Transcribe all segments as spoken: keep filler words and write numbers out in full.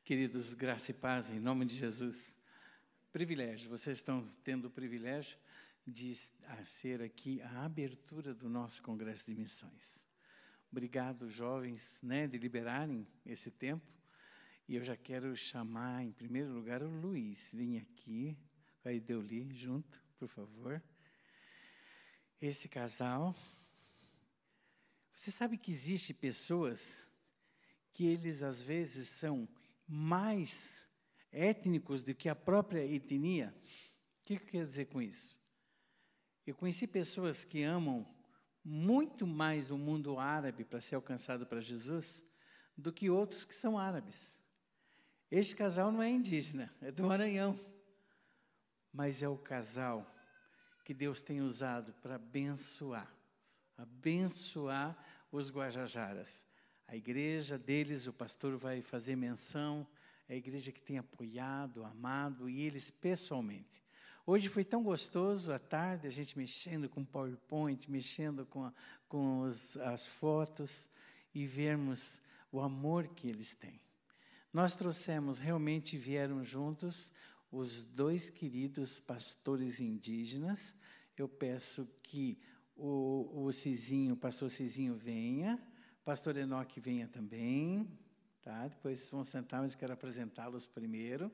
Queridos, graça e paz, em nome de Jesus. Privilégio, vocês estão tendo o privilégio de ser aqui a abertura do nosso Congresso de Missões. Obrigado, jovens, né, de liberarem esse tempo. E eu já quero chamar, em primeiro lugar, o Luiz. Vem aqui, com a Ideoli, junto, por favor. Esse casal. Você sabe que existe pessoas que eles, às vezes, são mais étnicos do que a própria etnia? O que, que quer dizer com isso? Eu conheci pessoas que amam muito mais o mundo árabe para ser alcançado para Jesus do que outros que são árabes. Este casal não é indígena, é do Maranhão. Mas é o casal que Deus tem usado para abençoar, abençoar os Guajajaras. A igreja deles, o pastor vai fazer menção, é a igreja que tem apoiado, amado, e eles pessoalmente. Hoje foi tão gostoso, à tarde, a gente mexendo com o PowerPoint, mexendo com, a, com os, as fotos, e vermos o amor que eles têm. Nós trouxemos, realmente vieram juntos, os dois queridos pastores indígenas. Eu peço que o, o Cizinho, o pastor Cizinho venha, pastor Enoque venha também, tá? Depois vão sentar, mas quero apresentá-los primeiro.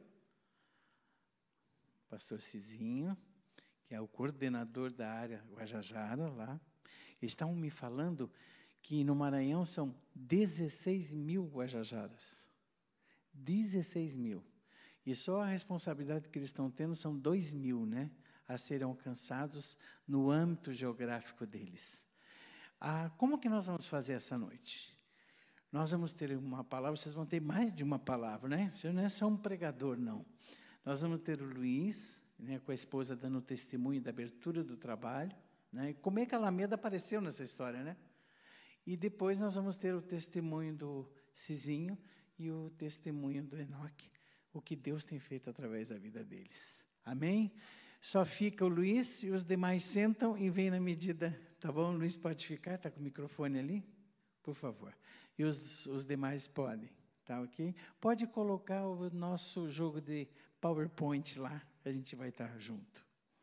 Pastor Cizinho, que é o coordenador da área Guajajara lá. Eles estavam me falando que no Maranhão são dezesseis mil Guajajaras. dezesseis mil. E só a responsabilidade que eles estão tendo são dois mil, né? A serem alcançados no âmbito geográfico deles. Ah, como que nós vamos fazer essa noite? Nós vamos ter uma palavra, vocês vão ter mais de uma palavra, né? Você não é só um pregador, não. Nós vamos ter o Luiz, né, com a esposa dando testemunho da abertura do trabalho, né? Como é que a Alameda apareceu nessa história, né? E depois nós vamos ter o testemunho do Cizinho e o testemunho do Enoque, o que Deus tem feito através da vida deles. Amém? Só fica o Luiz e os demais sentam e vêm na medida, tá bom? O Luiz pode ficar, está com o microfone ali? Por favor. E os, os demais podem, tá ok? Pode colocar o nosso jogo de PowerPoint lá, a gente vai estar junto.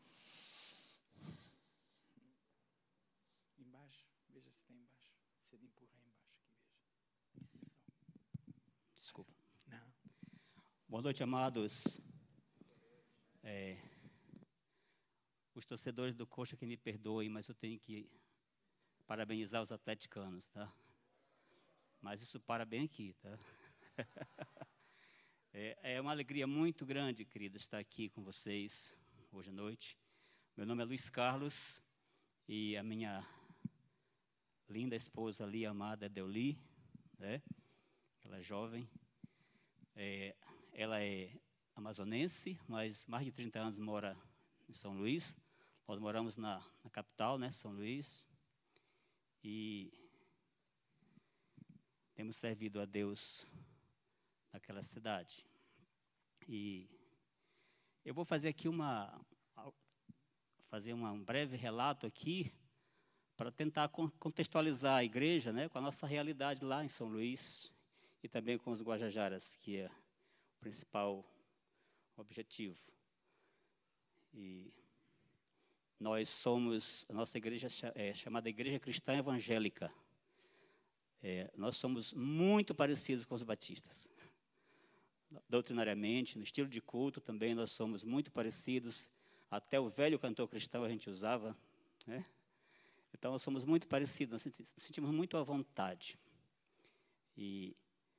Embaixo, veja se está embaixo. Se ele empurrar embaixo aqui, veja. Isso. Desculpa. Não. Boa noite, amados. É, os torcedores do Coxa que me perdoem, mas eu tenho que parabenizar os atleticanos, tá? Mas isso para bem aqui, tá? É, é uma alegria muito grande, querida, estar aqui com vocês hoje à noite. Meu nome é Luiz Carlos e a minha linda esposa ali, amada, é Deoli, né? Ela é jovem. É, ela é amazonense, mas mais de trinta anos mora em São Luís. Nós moramos na, na capital, né, São Luís. E temos servido a Deus naquela cidade. E eu vou fazer aqui uma, fazer uma, um breve relato aqui para tentar contextualizar a igreja, né, com a nossa realidade lá em São Luís e também com os Guajajaras, que é o principal objetivo. E nós somos, a nossa igreja é chamada Igreja Cristã Evangélica. É, nós somos muito parecidos com os batistas. Doutrinariamente, no estilo de culto também nós somos muito parecidos. Até o velho cantor cristão a gente usava, né? Então nós somos muito parecidos, nós nos sentimos muito à vontade. E,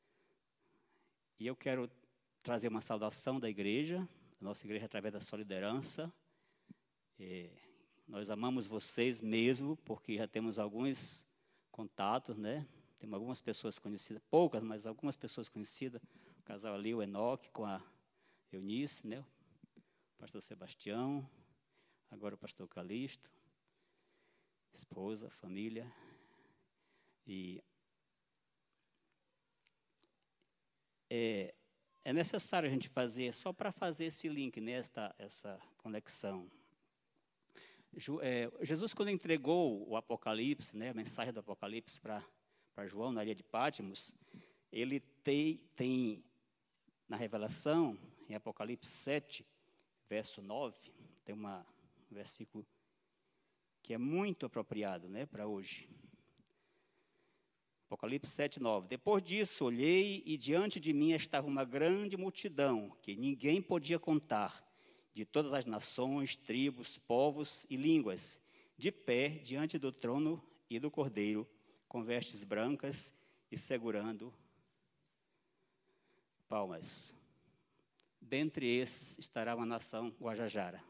e eu quero trazer uma saudação da igreja, da nossa igreja através da sua liderança. É, nós amamos vocês mesmo, porque já temos alguns contatos, né? Temos algumas pessoas conhecidas, poucas, mas algumas pessoas conhecidas. O casal ali, o Enoque com a Eunice, né? O pastor Sebastião, agora o pastor Calixto, esposa, família. E é, é necessário a gente fazer, só para fazer esse link, né? Esta, essa conexão. Jesus, quando entregou o Apocalipse, né, a mensagem do Apocalipse para João, na ilha de Patmos, ele tem, tem, na Revelação, em Apocalipse sete, verso nove, tem uma, um versículo que é muito apropriado, né, para hoje. Apocalipse sete, nove. Depois disso, olhei e diante de mim estava uma grande multidão, que ninguém podia contar, de todas as nações, tribos, povos e línguas, de pé diante do trono e do Cordeiro, com vestes brancas e segurando palmas. Dentre esses estará uma nação Guajajara.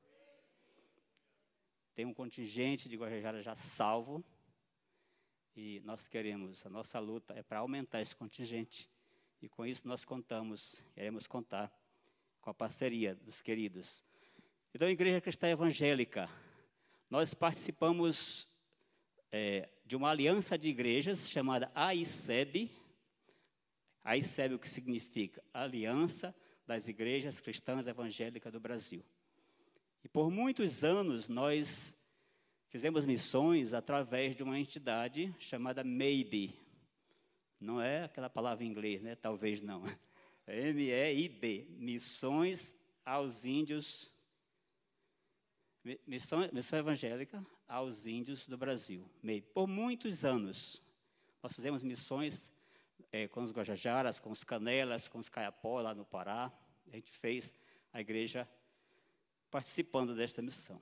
Tem um contingente de Guajajara já salvo, e nós queremos, a nossa luta é para aumentar esse contingente, e com isso nós contamos, queremos contar com a parceria dos queridos. Então, a Igreja Cristã Evangélica, nós participamos é, de uma aliança de igrejas chamada A I C E B. A I C E B, o que significa? Aliança das Igrejas Cristãs Evangélicas do Brasil. E por muitos anos nós fizemos missões através de uma entidade chamada M E I B. Não é aquela palavra em inglês, né? Talvez não. É M E I B, Missões aos Índios, Missão, Missão Evangélica aos Índios do Brasil. M E I B. Por muitos anos nós fizemos missões é, com os Guajajaras, com os Canelas, com os Caiapó lá no Pará. A gente fez a igreja participando desta missão.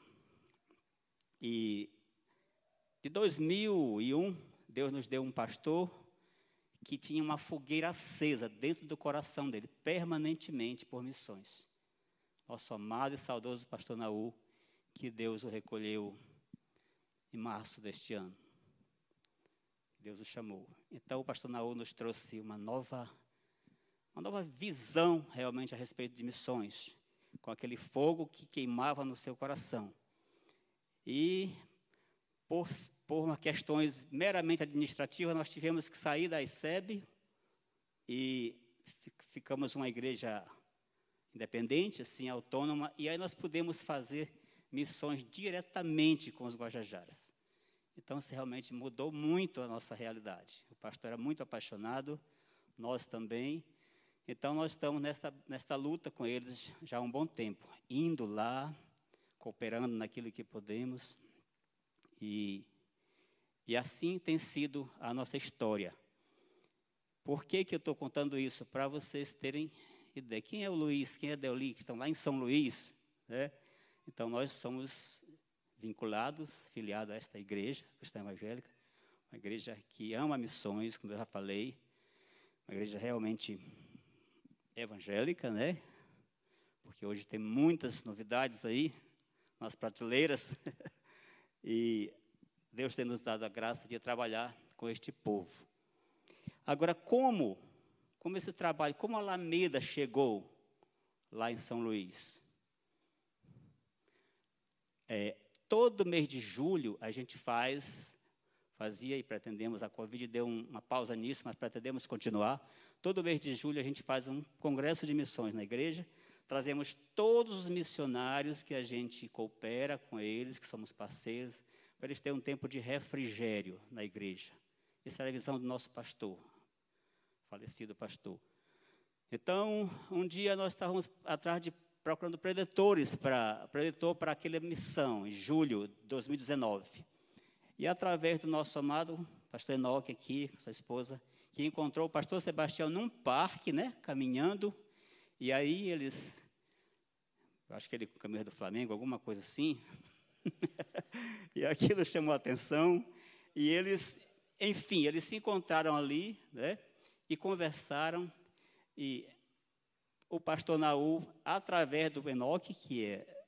E de dois mil e um, Deus nos deu um pastor que tinha uma fogueira acesa dentro do coração dele, permanentemente por missões. Nosso amado e saudoso pastor Naú, que Deus o recolheu em março deste ano. Deus o chamou. Então, o pastor Naú nos trouxe uma nova, uma nova visão realmente a respeito de missões, com aquele fogo que queimava no seu coração. E, por, por uma questões meramente administrativas, nós tivemos que sair da I C E B e ficamos uma igreja independente, assim, autônoma, e aí nós pudemos fazer missões diretamente com os Guajajaras. Então, isso realmente mudou muito a nossa realidade. O pastor era muito apaixonado, nós também. Então, nós estamos nesta, nesta luta com eles já há um bom tempo, indo lá, cooperando naquilo que podemos, e, e assim tem sido a nossa história. Por que que eu estou contando isso? Para vocês terem ideia. Quem é o Luiz, quem é a Deoli, que estão lá em São Luís, né? Então, nós somos vinculados, filiados a esta igreja cristã evangélica, uma igreja que ama missões, como eu já falei, uma igreja realmente evangélica, né? Porque hoje tem muitas novidades aí nas prateleiras e Deus tem nos dado a graça de trabalhar com este povo. Agora, como, como esse trabalho, como a Alameda chegou lá em São Luís? É, todo mês de julho a gente faz, fazia e pretendemos, a Covid deu um, uma pausa nisso, mas pretendemos continuar. Todo mês de julho a gente faz um congresso de missões na igreja, trazemos todos os missionários que a gente coopera com eles, que somos parceiros, para eles terem um tempo de refrigério na igreja. Essa era a visão do nosso pastor, falecido pastor. Então, um dia nós estávamos atrás de, procurando predetores para, preditor para aquela missão, em julho de dois mil e dezenove. E através do nosso amado pastor Enoque aqui, sua esposa, que encontrou o pastor Sebastião num parque, né, caminhando, e aí eles, eu acho que ele caminho do Flamengo, alguma coisa assim, e aquilo chamou a atenção, e eles, enfim, eles se encontraram ali, né, e conversaram, e o pastor Naú, através do Enoque, que é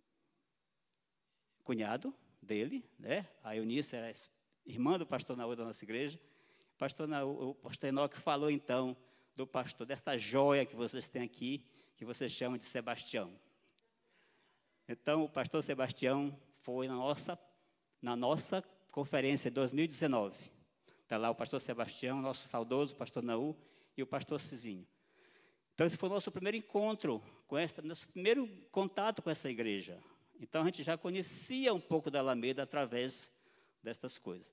cunhado dele, né, a Eunice era irmã do pastor Naú da nossa igreja, o pastor, Naú, o pastor Enoque falou então do pastor, desta joia que vocês têm aqui, que vocês chamam de Sebastião. Então, o pastor Sebastião foi na nossa, na nossa conferência de dois mil e dezenove. Está lá o pastor Sebastião, nosso saudoso pastor Naú, e o pastor Cizinho. Então, esse foi o nosso primeiro encontro, com esta, nosso primeiro contato com essa igreja. Então, a gente já conhecia um pouco da Alameda através destas coisas,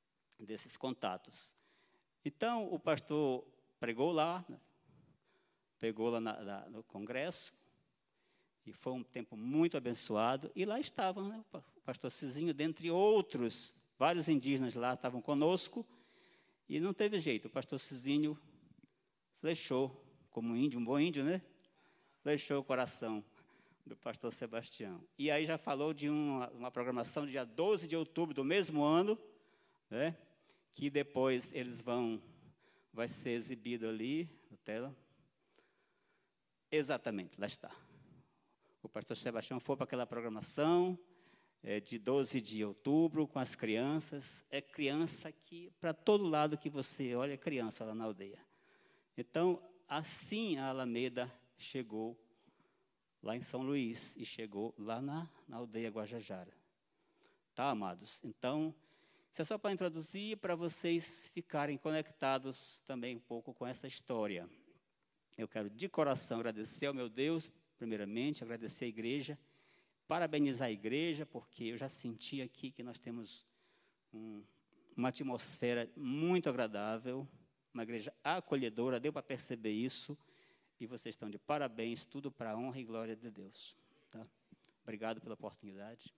desses contatos. Então, o pastor pregou lá, pegou lá na, na, no congresso, e foi um tempo muito abençoado, e lá estavam, né, o pastor Cizinho, dentre outros, vários indígenas lá estavam conosco, e não teve jeito, o pastor Cizinho flechou, como um índio, um bom índio, né? Flechou o coração do pastor Sebastião. E aí já falou de uma, uma programação dia doze de outubro do mesmo ano, né? Que depois eles vão, vai ser exibido ali na tela. Exatamente, lá está. O pastor Sebastião foi para aquela programação é, de doze de outubro com as crianças. É criança que, para todo lado que você olha, é criança lá na aldeia. Então, assim a Alameda chegou lá em São Luís e chegou lá na, na aldeia Guajajara. Tá, amados? Então, isso é só para introduzir, para vocês ficarem conectados também um pouco com essa história. Eu quero de coração agradecer ao meu Deus, primeiramente, agradecer à igreja, parabenizar a igreja, porque eu já senti aqui que nós temos um, uma atmosfera muito agradável, uma igreja acolhedora, deu para perceber isso, e vocês estão de parabéns, tudo para a honra e glória de Deus. Tá? Obrigado pela oportunidade.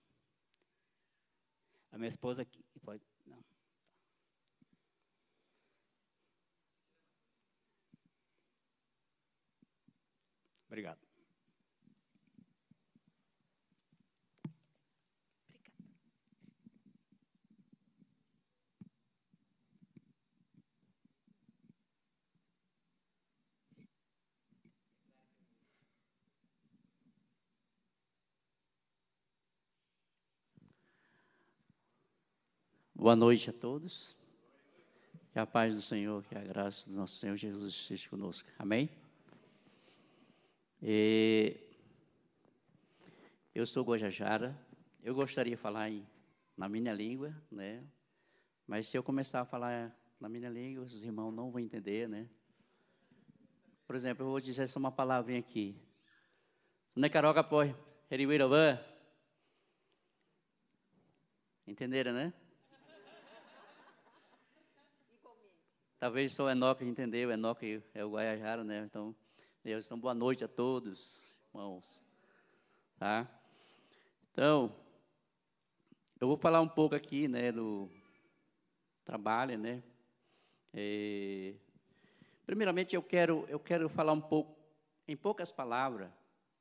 A minha esposa aqui, pode... Não. Obrigado. Boa noite a todos. Que a paz do Senhor, que a graça do nosso Senhor Jesus esteja conosco. Amém? E eu sou Guajajara. Eu gostaria de falar em, na minha língua, né? Mas se eu começar a falar na minha língua, os irmãos não vão entender, né? Por exemplo, eu vou dizer só uma palavrinha aqui. Necaroga poi, heriwiravan. Entenderam, né? Talvez só o Enoque entendeu, o Enoque é o Guajajara, né? Então, Deus, então, boa noite a todos, irmãos. Tá? Então, eu vou falar um pouco aqui, né, do trabalho, né? E, primeiramente, eu quero, eu quero falar um pouco, em poucas palavras,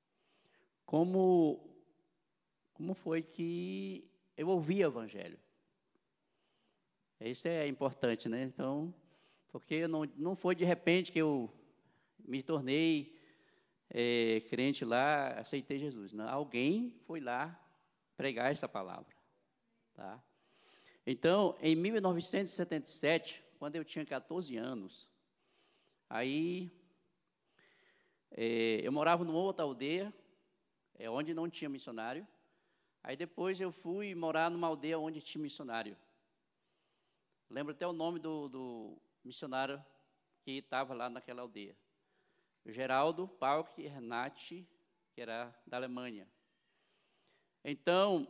como, como foi que eu ouvi o Evangelho. Isso é importante, né? Então, porque não, não foi de repente que eu me tornei é, crente lá, aceitei Jesus. Não, alguém foi lá pregar essa palavra. Tá? Então, em mil novecentos e setenta e sete, quando eu tinha quatorze anos, aí é, eu morava numa outra aldeia, é, onde não tinha missionário. Aí depois eu fui morar numa aldeia onde tinha missionário. Lembro até o nome do, do missionário que estava lá naquela aldeia. O Geraldo Pauk Renati, que era da Alemanha. Então,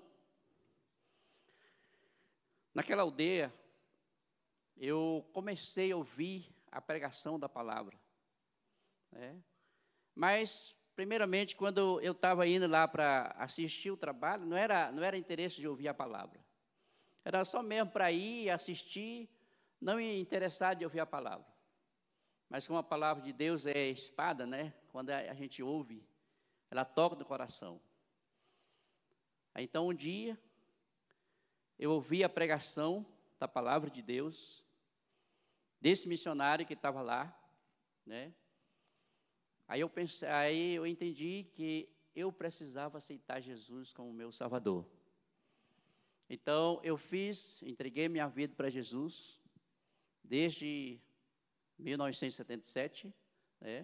naquela aldeia, eu comecei a ouvir a pregação da palavra. Né? Mas, primeiramente, quando eu estava indo lá para assistir o trabalho, não era, não era interesse de ouvir a palavra. Era só mesmo para ir assistir, não ia interessar de ouvir a palavra. Mas como a palavra de Deus é espada, né? Quando a gente ouve, ela toca no coração. Então, um dia, eu ouvi a pregação da palavra de Deus, desse missionário que estava lá, né? Aí eu pensei, aí eu entendi que eu precisava aceitar Jesus como meu Salvador. Então, eu fiz, entreguei minha vida para Jesus, desde mil novecentos e setenta e sete, né?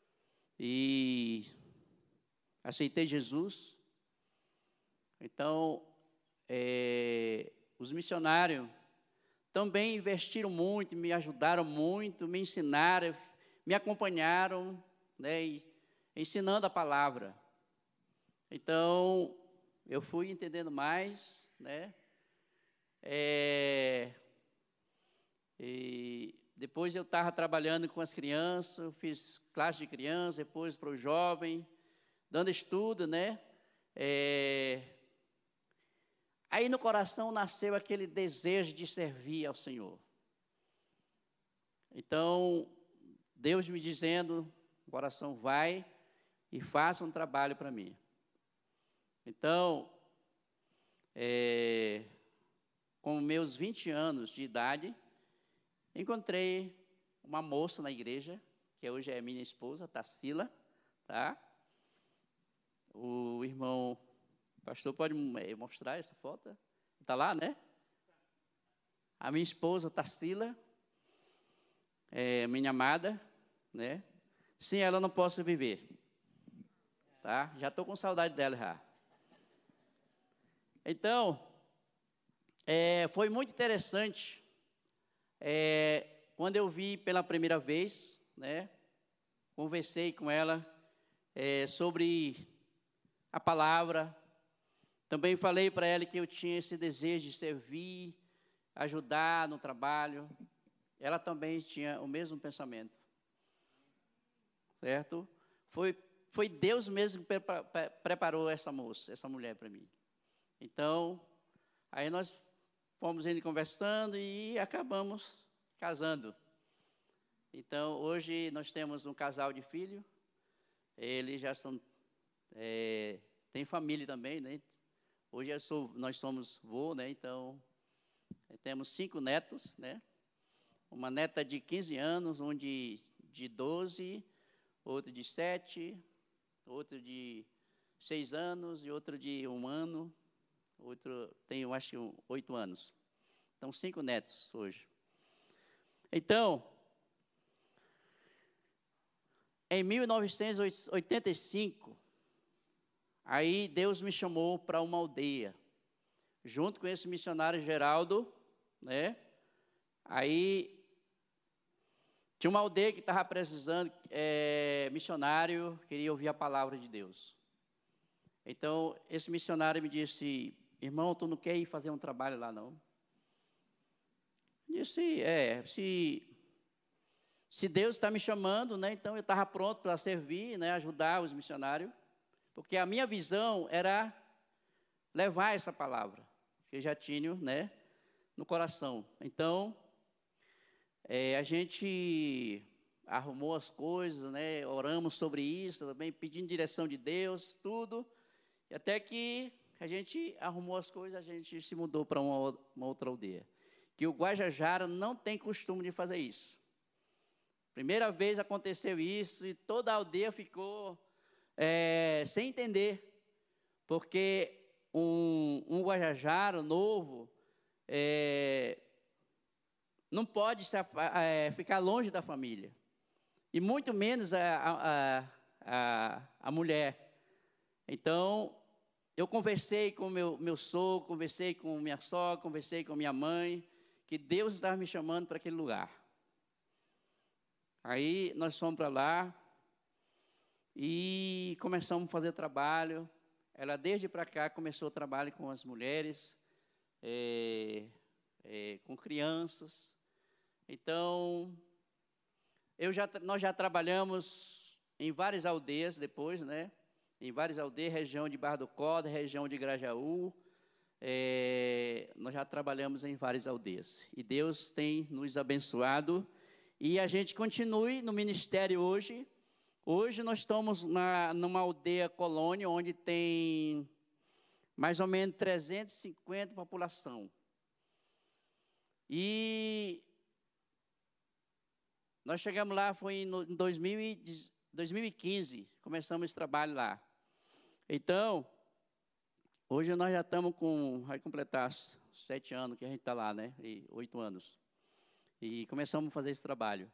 E aceitei Jesus. Então, é, os missionários também investiram muito, me ajudaram muito, me ensinaram, me acompanharam, né, e, ensinando a palavra. Então, eu fui entendendo mais, né? É, e depois eu estava trabalhando com as crianças, fiz classe de criança, depois para o jovem, dando estudo, né? É... Aí no coração nasceu aquele desejo de servir ao Senhor. Então, Deus me dizendo, o coração vai e faça um trabalho para mim. Então, é, com meus vinte anos de idade, encontrei uma moça na igreja, que hoje é minha esposa, Tarsila, tá? O irmão, pastor, pode mostrar essa foto? Está lá, né? A minha esposa, Tarsila, é, minha amada, né? Sem ela eu não posso viver, tá? Já estou com saudade dela já. Então, é, foi muito interessante, é, quando eu vi pela primeira vez, né? Conversei com ela é, sobre a palavra. Também falei para ela que eu tinha esse desejo de servir, ajudar no trabalho. Ela também tinha o mesmo pensamento. Certo? Foi, foi Deus mesmo que preparou essa moça, essa mulher para mim. Então, aí nós fomos indo conversando e acabamos casando. Então, hoje nós temos um casal de filhos. Eles já são, é, tem família também, né? Hoje eu sou, nós somos vô, né? Então, temos cinco netos, né? Uma neta de quinze anos, um de, de doze, outro de sete, outro de seis anos e outro de um ano, outro tem, eu acho que, oito anos. Então, cinco netos hoje. Então, em mil novecentos e oitenta e cinco, aí Deus me chamou para uma aldeia, junto com esse missionário Geraldo, né? Aí tinha uma aldeia que estava precisando, é, missionário, queria ouvir a palavra de Deus. Então, esse missionário me disse, irmão, tu não quer ir fazer um trabalho lá, não? Eu disse, é, se, se Deus está me chamando, né, então eu estava pronto para servir, né, ajudar os missionários, porque a minha visão era levar essa palavra, que já tinha, né, no coração. Então, É, a gente arrumou as coisas, né? Oramos sobre isso também, pedindo direção de Deus, tudo. E até que a gente arrumou as coisas, a gente se mudou para uma, uma outra aldeia. Que o Guajajara não tem costume de fazer isso. Primeira vez aconteceu isso e toda a aldeia ficou é, sem entender. Porque um, um Guajajara novo... É, não pode se, é, ficar longe da família, e muito menos a, a, a, a mulher. Então, eu conversei com meu, meu sogro, conversei com minha sogra, conversei com minha mãe, que Deus estava me chamando para aquele lugar. Aí, nós fomos para lá, e começamos a fazer trabalho. Ela, desde para cá, começou o trabalho com as mulheres, é, é, com crianças. Então, eu já, nós já trabalhamos em várias aldeias depois, né? Em várias aldeias, região de Barra do Corda, região de Grajaú. É, nós já trabalhamos em várias aldeias. E Deus tem nos abençoado. E a gente continue no ministério hoje. Hoje nós estamos na, numa aldeia colônia, onde tem mais ou menos trezentos e cinquenta população. E nós chegamos lá, foi em dois mil e quinze, começamos esse trabalho lá. Então, hoje nós já estamos com, vai completar sete anos que a gente está lá, né? E oito anos. E começamos a fazer esse trabalho.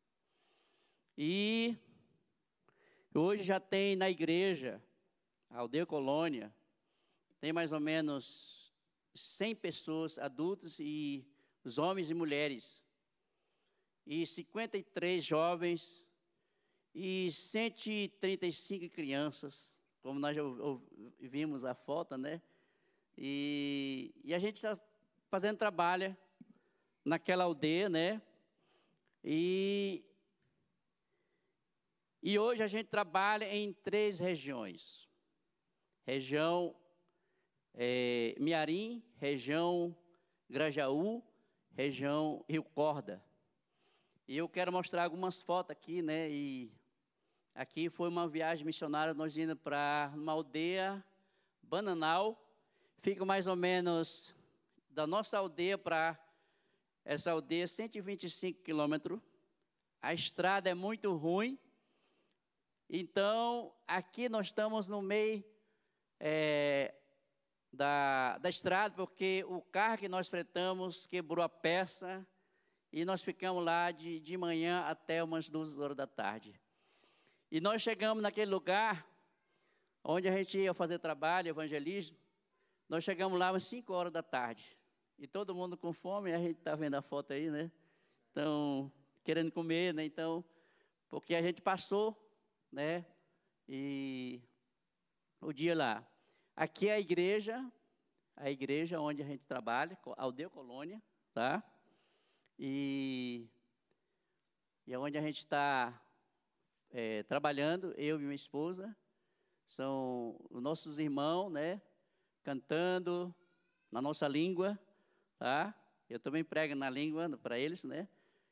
E hoje já tem na igreja, a Aldeia Colônia, tem mais ou menos cem pessoas, adultos e os homens e mulheres, e cinquenta e três jovens, e cento e trinta e cinco crianças, como nós já vimos a foto, né? E, e a gente está fazendo trabalho naquela aldeia, né? E, e hoje a gente trabalha em três regiões. Região é, Miarim, região Grajaú, região Rio Corda. E eu quero mostrar algumas fotos aqui, né? E aqui foi uma viagem missionária, nós indo para uma aldeia, Bananal. Fica mais ou menos da nossa aldeia para essa aldeia, cento e vinte e cinco quilômetros. A estrada é muito ruim. Então, aqui nós estamos no meio é, da, da estrada, porque o carro que nós fretamos quebrou a peça e nós ficamos lá de, de manhã até umas duas horas da tarde. E nós chegamos naquele lugar onde a gente ia fazer trabalho, evangelismo. Nós chegamos lá às cinco horas da tarde. E todo mundo com fome, a gente está vendo a foto aí, né? Então, querendo comer, né? Então, porque a gente passou, né? E o dia lá. Aqui é a igreja, a igreja onde a gente trabalha, Aldeia Colônia, tá? E, e é onde a gente está é, trabalhando, eu e minha esposa. São os nossos irmãos, né? Cantando na nossa língua, tá? Eu também prego na língua para eles, né?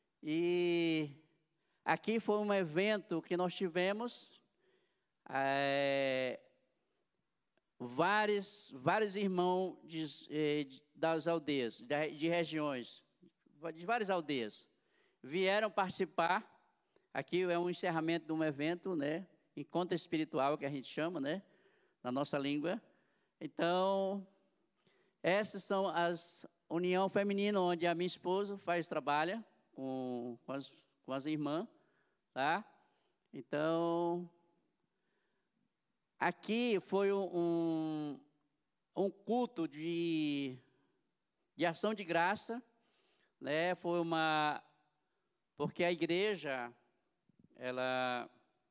E aqui foi um evento que nós tivemos, é, vários, vários irmãos de, de, das aldeias, de, de regiões, de várias aldeias, vieram participar. Aqui é um encerramento de um evento, né? Encontro espiritual, que a gente chama, né? Na nossa língua. Então, essas são as união feminina, onde a minha esposa faz, trabalha com, com, as, com as irmãs, tá? Então, aqui foi um, um culto de, de ação de graça, né? Foi uma... Porque a igreja, ela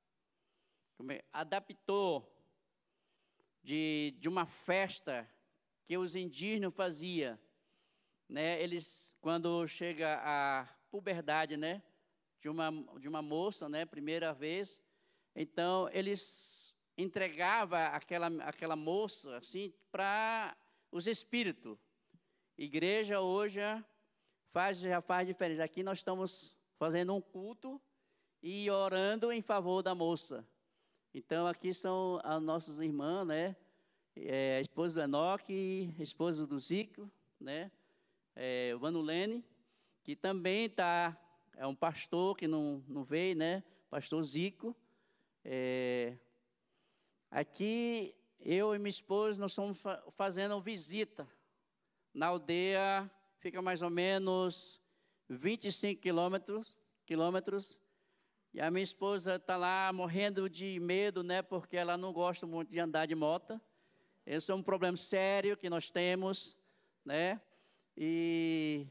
adaptou de, de uma festa que os indígenas faziam, né? Eles, quando chega a puberdade, né? De uma, de uma moça, né? Primeira vez, então eles entregavam aquela, aquela moça, assim, para os espíritos. Igreja hoje faz, já faz diferença. Aqui nós estamos fazendo um culto e orando em favor da moça. Então, aqui são as nossas irmãs, né? É, a esposa do Enoque, a esposa do Zico, né? É, o Vanulene, que também tá, é um pastor que não, não veio, né? Pastor Zico. É, aqui, eu e minha esposa, nós estamos fa fazendo uma visita na aldeia, fica mais ou menos vinte e cinco quilômetros, quilômetros. E a minha esposa está lá morrendo de medo, né? Porque ela não gosta muito de andar de moto. Esse é um problema sério que nós temos, né? E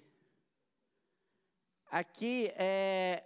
aqui é,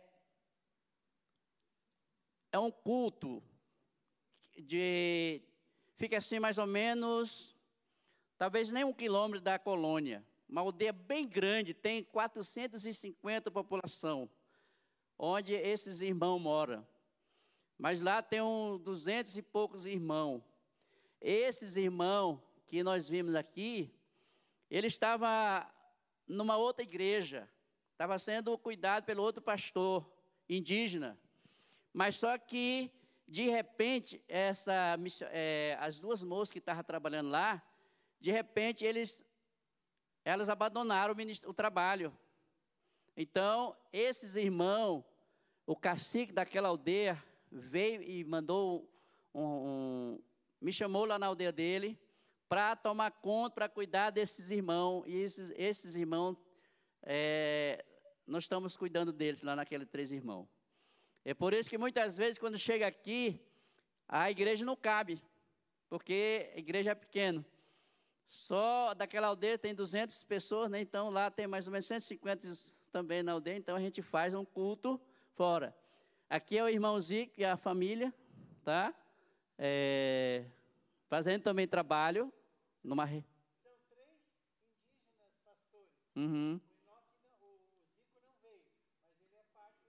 é um culto de... Fica assim mais ou menos, talvez nem um quilômetro da colônia. Uma aldeia bem grande, tem quatrocentos e cinquenta população, onde esses irmãos moram. Mas lá tem uns duzentos e poucos irmãos. Esses irmãos que nós vimos aqui, ele estava numa outra igreja, estava sendo cuidado pelo outro pastor indígena. Mas só que, de repente, essa, é, as duas moças que estavam trabalhando lá, de repente, eles, elas abandonaram o, o trabalho. Então, esses irmãos, o cacique daquela aldeia, veio e mandou um, um me chamou lá na aldeia dele para tomar conta, para cuidar desses irmãos. E esses, esses irmãos, é, nós estamos cuidando deles lá naqueles três irmãos. É por isso que muitas vezes, quando chega aqui, a igreja não cabe, porque a igreja é pequena. Só daquela aldeia tem duzentas pessoas, né? Então lá tem mais ou menos cento e cinquenta também na aldeia, então a gente faz um culto fora. Aqui é o irmão Zico e a família, tá? É, fazendo também trabalho numa... São três indígenas pastores. Uhum. O Enoque não, o Zico não veio, mas ele é parte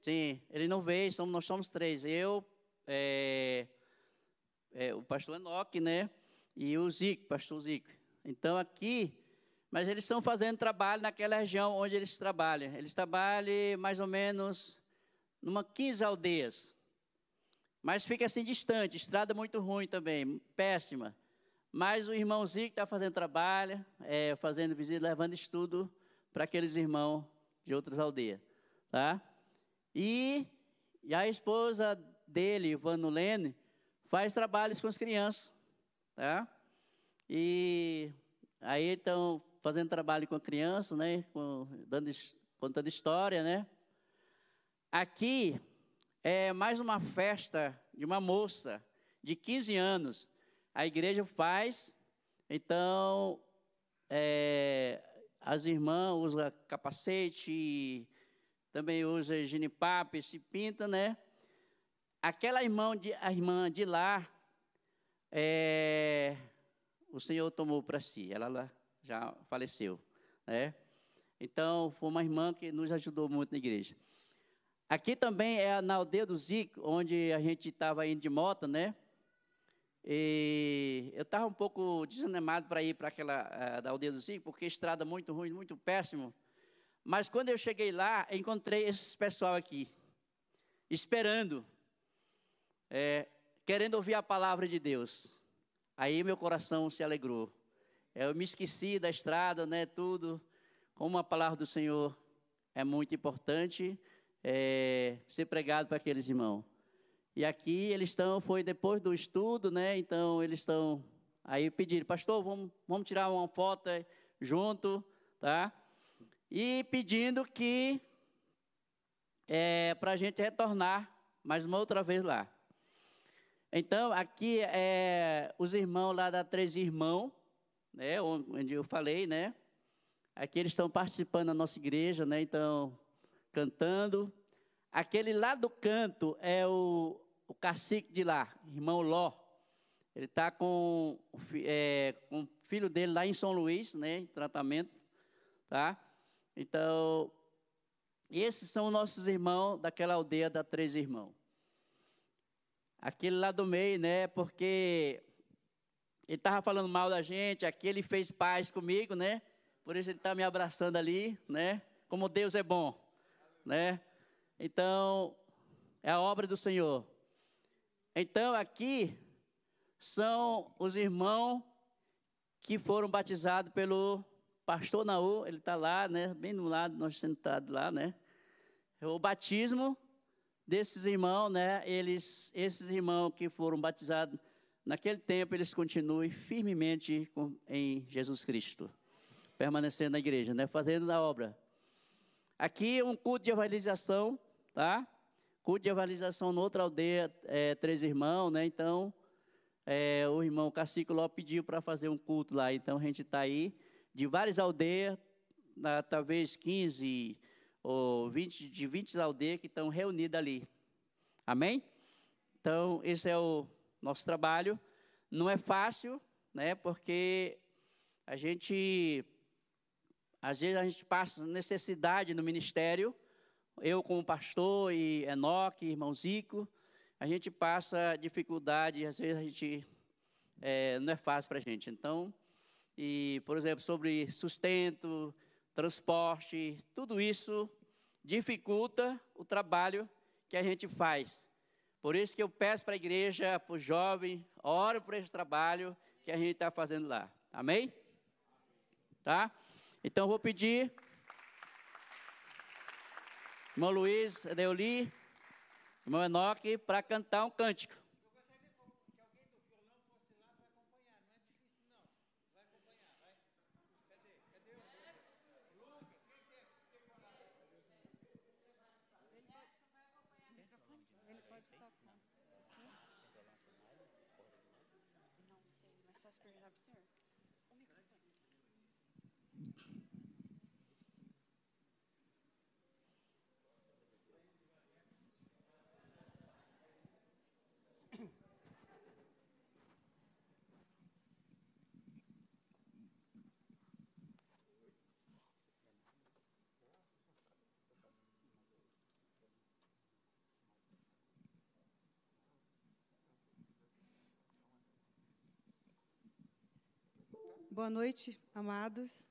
Sim, ele não veio, somos, nós somos três. Eu, é, é, o pastor Enoque, né? E o Zico, pastor Zico. Então, aqui, mas eles estão fazendo trabalho naquela região onde eles trabalham. Eles trabalham mais ou menos numa quinze aldeias. Mas fica assim distante, estrada muito ruim também, péssima. Mas o irmão Zico está fazendo trabalho, é, fazendo visita, levando estudo para aqueles irmãos de outras aldeias, tá? E, e a esposa dele, Vanulene, faz trabalhos com as crianças, tá? E aí estão fazendo trabalho com a criança, né? Com, dando, contando história, né? Aqui é mais uma festa de uma moça de quinze anos. A igreja faz, então, é, as irmãs usam capacete, também usam genipape, se pinta, né? Aquela irmã de, a irmã de lá, é, o Senhor tomou para si, ela já faleceu, né? Então, foi uma irmã que nos ajudou muito na igreja. Aqui também é na aldeia do Zico, onde a gente estava indo de moto, né? E eu estava um pouco desanimado para ir para aquela, uh, da aldeia do Zico, porque estrada muito ruim, muito péssimo. Mas quando eu cheguei lá, encontrei esse pessoal aqui, esperando, é, querendo ouvir a palavra de Deus. Aí meu coração se alegrou. Eu me esqueci da estrada, né, tudo. Como a palavra do Senhor é muito importante, é, ser pregado para aqueles irmãos. E aqui eles estão, foi depois do estudo, né? Então eles estão aí pediram, pastor, vamos, vamos tirar uma foto junto, tá? E pedindo que é, para a gente retornar mais uma outra vez lá. Então aqui é os irmãos lá da Três Irmãos, né? Onde eu falei, né? Aqui eles estão participando da nossa igreja, né? Então cantando. Aquele lá do canto é o o cacique de lá, irmão Ló. Ele está com, é, com o filho dele lá em São Luís, né, em tratamento, tá? Então, esses são nossos irmãos daquela aldeia da Três Irmãos. Aquele lá do meio, né, porque ele estava falando mal da gente, aqui ele fez paz comigo, né, por isso ele está me abraçando ali, né, como Deus é bom, né. Então, é a obra do Senhor. Então, aqui são os irmãos que foram batizados pelo pastor Naú, ele está lá, né, bem no lado, nós sentados lá, né. O batismo desses irmãos, né, eles, esses irmãos que foram batizados naquele tempo, eles continuem firmemente com, em Jesus Cristo, permanecendo na igreja, né, fazendo a obra. Aqui um culto de evangelização, tá? Culto de evangelização noutra aldeia, é, Três Irmãos, né? Então, é, o irmão Cacique Ló pediu para fazer um culto lá. Então, a gente está aí de várias aldeias, na, talvez quinze ou vinte, de vinte aldeias que estão reunidas ali. Amém? Então, esse é o nosso trabalho. Não é fácil, né? Porque a gente, às vezes, a gente passa necessidade no ministério. Eu, como pastor, e Enoque, irmão Zico, a gente passa dificuldade, às vezes a gente, é, não é fácil para a gente. Então, e, por exemplo, sobre sustento, transporte, tudo isso dificulta o trabalho que a gente faz. Por isso que eu peço para a igreja, para os jovens, oro por esse trabalho que a gente está fazendo lá. Amém? Tá? Então, eu vou pedir... Irmão Luiz, Deoli, irmão Enoque, para cantar um cântico. Eu gostaria que alguém do violão fosse lá para acompanhar. Não é difícil, não. Vai acompanhar, vai. Cadê? Cadê o Lucas? Quem quer? Quem falar? Ele pode tocar. Não sei, mas posso perguntar para o senhor? O microfone. Boa noite, amados.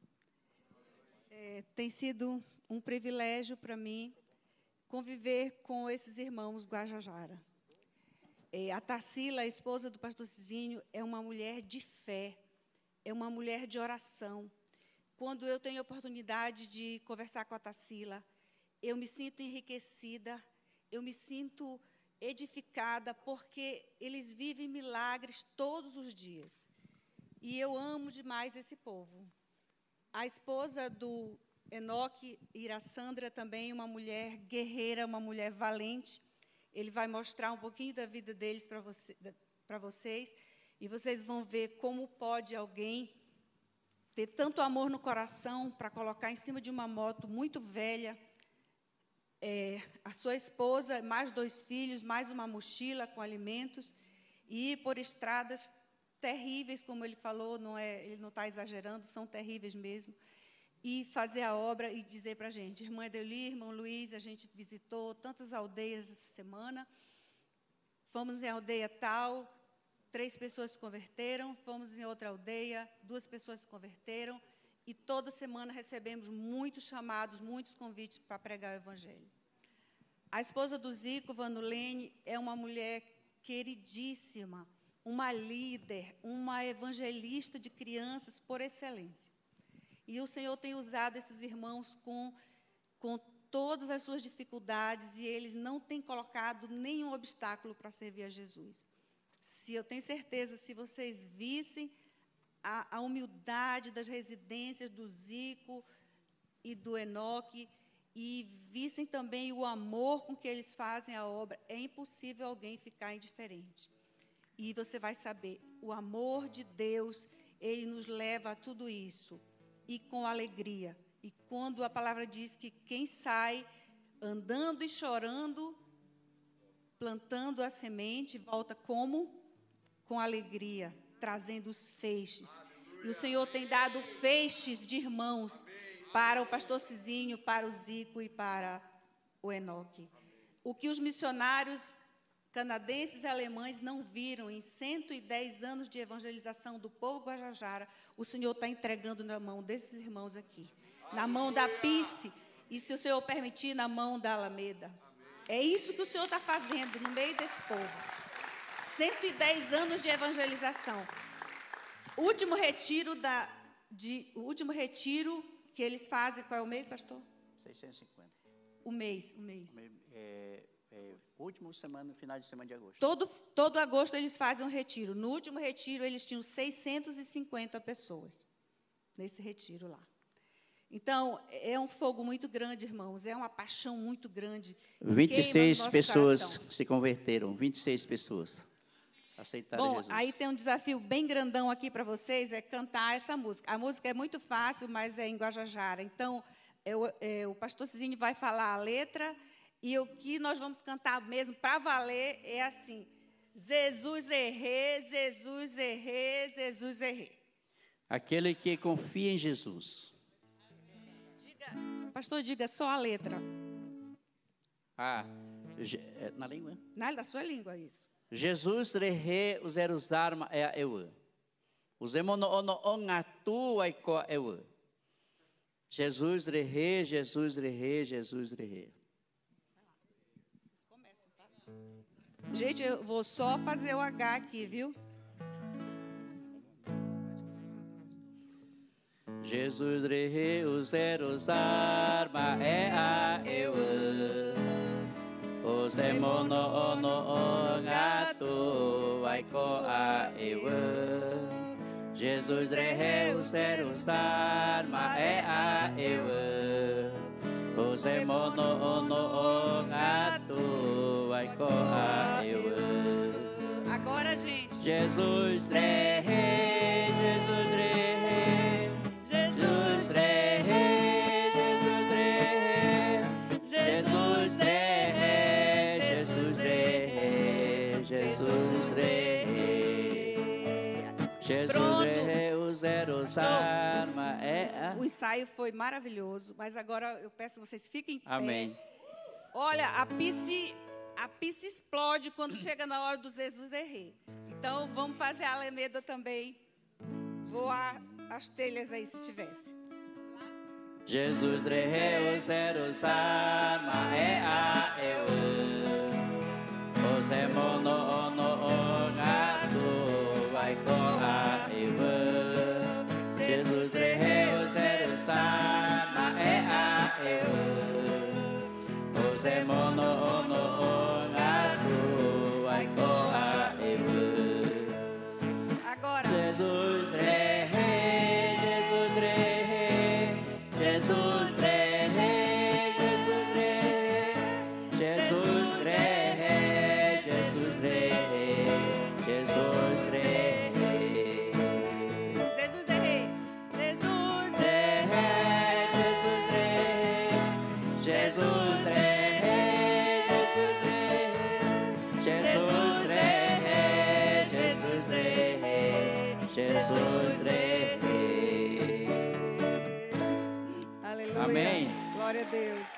É, tem sido um privilégio para mim conviver com esses irmãos Guajajara. É, a Tarsila, a esposa do pastor Cizinho, é uma mulher de fé, é uma mulher de oração. Quando eu tenho a oportunidade de conversar com a Tarsila, eu me sinto enriquecida, eu me sinto edificada, porque eles vivem milagres todos os dias. E eu amo demais esse povo. A esposa do Enoque, Irassandra, também uma mulher guerreira, uma mulher valente. Ele vai mostrar um pouquinho da vida deles para você, para vocês, e vocês vão ver como pode alguém ter tanto amor no coração para colocar em cima de uma moto muito velha, é, a sua esposa, mais dois filhos, mais uma mochila com alimentos, e ir por estradas terríveis, como ele falou, não é, ele não está exagerando, são terríveis mesmo, e fazer a obra e dizer para a gente, irmã Edelir, irmão Luiz, a gente visitou tantas aldeias essa semana, fomos em aldeia tal, três pessoas se converteram, fomos em outra aldeia, duas pessoas se converteram, e toda semana recebemos muitos chamados, muitos convites para pregar o Evangelho. A esposa do Zico, Vanulene, é uma mulher queridíssima, uma líder, uma evangelista de crianças por excelência. E o Senhor tem usado esses irmãos com, com todas as suas dificuldades, e eles não têm colocado nenhum obstáculo para servir a Jesus. Se eu tenho certeza, se vocês vissem a, a humildade das residências do Zico e do Enoque, e vissem também o amor com que eles fazem a obra, é impossível alguém ficar indiferente. E você vai saber, o amor de Deus, ele nos leva a tudo isso, e com alegria. E quando a palavra diz que quem sai andando e chorando, plantando a semente, volta como? Com alegria, trazendo os feixes. E o Senhor tem dado feixes de irmãos para o pastor Cizinho, para o Zico e para o Enoque. O que os missionários canadenses e alemães não viram em cento e dez anos de evangelização do povo Guajajara, o Senhor está entregando na mão desses irmãos aqui, na mão da Pice, e, se o Senhor permitir, na mão da Alameda. É isso que o Senhor está fazendo no meio desse povo. cento e dez anos de evangelização. O último retiro, da, de, o último retiro que eles fazem, qual é o mês, pastor? seiscentos e cinquenta. O mês, o mês. É, é, último semana, final de semana de agosto. Todo, todo agosto eles fazem um retiro. No último retiro, eles tinham seiscentas e cinquenta pessoas nesse retiro lá. Então, é um fogo muito grande, irmãos, é uma paixão muito grande. vinte e seis pessoas coração. se converteram, vinte e seis pessoas aceitaram Bom, Jesus. aí tem um desafio bem grandão aqui para vocês, é cantar essa música. A música é muito fácil, mas é em Guajajara. Então, eu, é, o pastor Cizinho vai falar a letra, e o que nós vamos cantar mesmo, para valer, é assim: Jesus errei, Jesus errei, Jesus errei. Aquele que confia em Jesus. Diga, pastor, diga só a letra. Ah, na língua? Na da sua língua, isso. Jesus rehe os erusarma é eu. Os emono on atu aiko eu. Jesus rehe, Jesus rehe, Jesus rehe. Vocês começam, tá? Gente, eu vou só fazer o H aqui, viu? Jesus rehe os erusarma é a eu. Os emono on atu aiko a eu. Jesus rehe os erusarma é a eu. Os emono on atu aiko a eu. Agora, gente. Jesus rehe, Jesus rehe, Jesus rehe, Jesus rehe, Jesus rehe, Jesus rehe, Jesus rehe, Jesus rehe, os erusarma é a... O ensaio foi maravilhoso, mas agora eu peço que vocês fiquem em pé. Amém. Olha, a Pice, a Pice explode quando chega na hora do Jesus errei. Então, vamos fazer a Alameda também. Vou a, as telhas aí, se tivesse. Jesus reheu zero sama e a eu Ose mono ono gato vai com a eu Jesus reheu zero sama e a eu Ose mono ono gato vai com a eu Agora. Jesus reheu Jesus reheu Jesus rei, Jesus rei, Jesus rei, Jesus rei, Jesus rei. Jesus é rei. Jesus Rei, Jesus rei, Jesus rei, Jesus rei, Jesus rei, Jesus rei. Aleluia. Amém. Glória a Deus.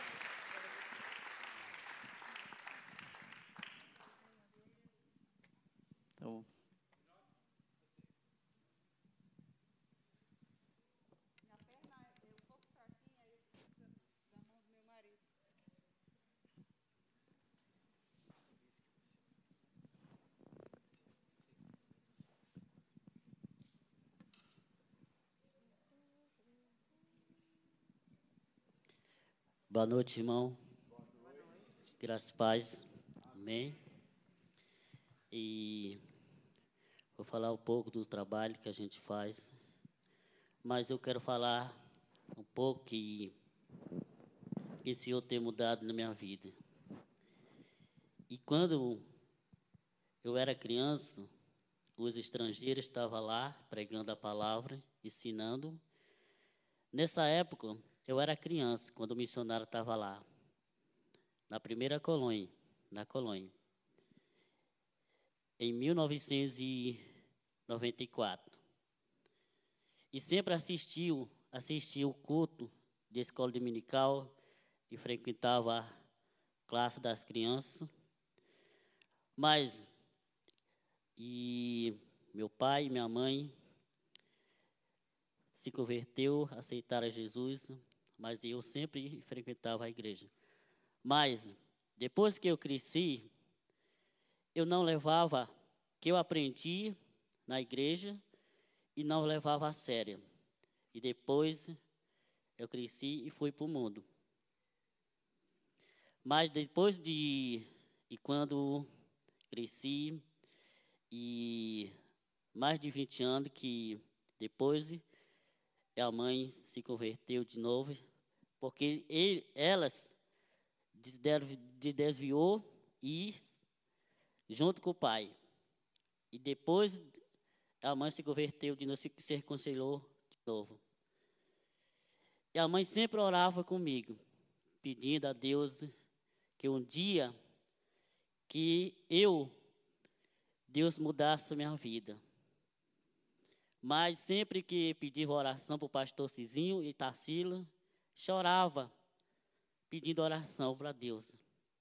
Então, Boa noite, irmão. Graças e paz. Amém. E vou falar um pouco do trabalho que a gente faz, mas eu quero falar um pouco que esse Senhor tem mudado na minha vida. E quando eu era criança, os estrangeiros estavam lá pregando a palavra, ensinando. Nessa época, eu era criança, quando o missionário estava lá, na primeira colônia, na colônia, em mil novecentos e noventa e quatro. E sempre assistiu, assistia o culto de escola dominical e frequentava a classe das crianças. Mas, e meu pai e minha mãe se converteu, aceitaram a Jesus, mas eu sempre frequentava a igreja. Mas, depois que eu cresci, eu não levava o que eu aprendi na igreja e não levava a sério. E depois eu cresci e fui para o mundo. Mas depois de, e quando cresci, e mais de vinte anos que depois a mãe se converteu de novo, porque ele, elas desviou e junto com o pai. E depois a mãe se converteu de novo, se reconciliou de novo. E a mãe sempre orava comigo, pedindo a Deus que um dia que eu, Deus mudasse a minha vida. Mas sempre que pedia oração para o pastor Cizinho e Tarsila, chorava, pedindo oração para Deus.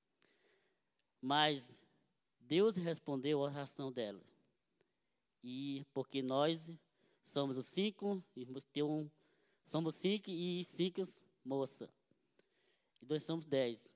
Mas Deus respondeu a oração dela. E porque nós somos os cinco, um, somos cinco e cinco moças. E nós somos dez.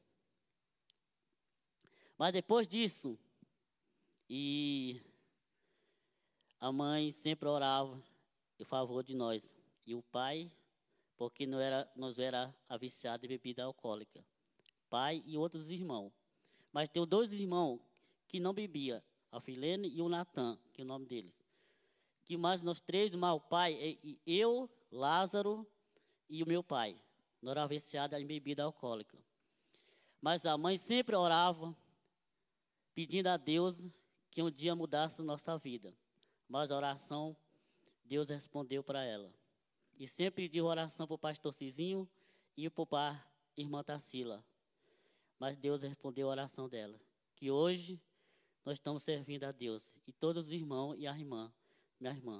Mas depois disso, e a mãe sempre orava em favor de nós. E o pai, porque não era, nós era viciados em bebida alcoólica. Pai e outros irmãos. Mas tem dois irmãos que não bebiam, a Filene e o Natan, que é o nome deles. Que mais nós três, mas o pai, eu, Lázaro e o meu pai. Nós éramos viciados em bebida alcoólica. Mas a mãe sempre orava, pedindo a Deus que um dia mudasse a nossa vida. Mas a oração, Deus respondeu para ela. E sempre pediu oração para o pastor Cizinho e para a irmã Tarsila. Mas Deus respondeu a oração dela. Que hoje nós estamos servindo a Deus. E todos os irmãos e a irmã, minha irmã.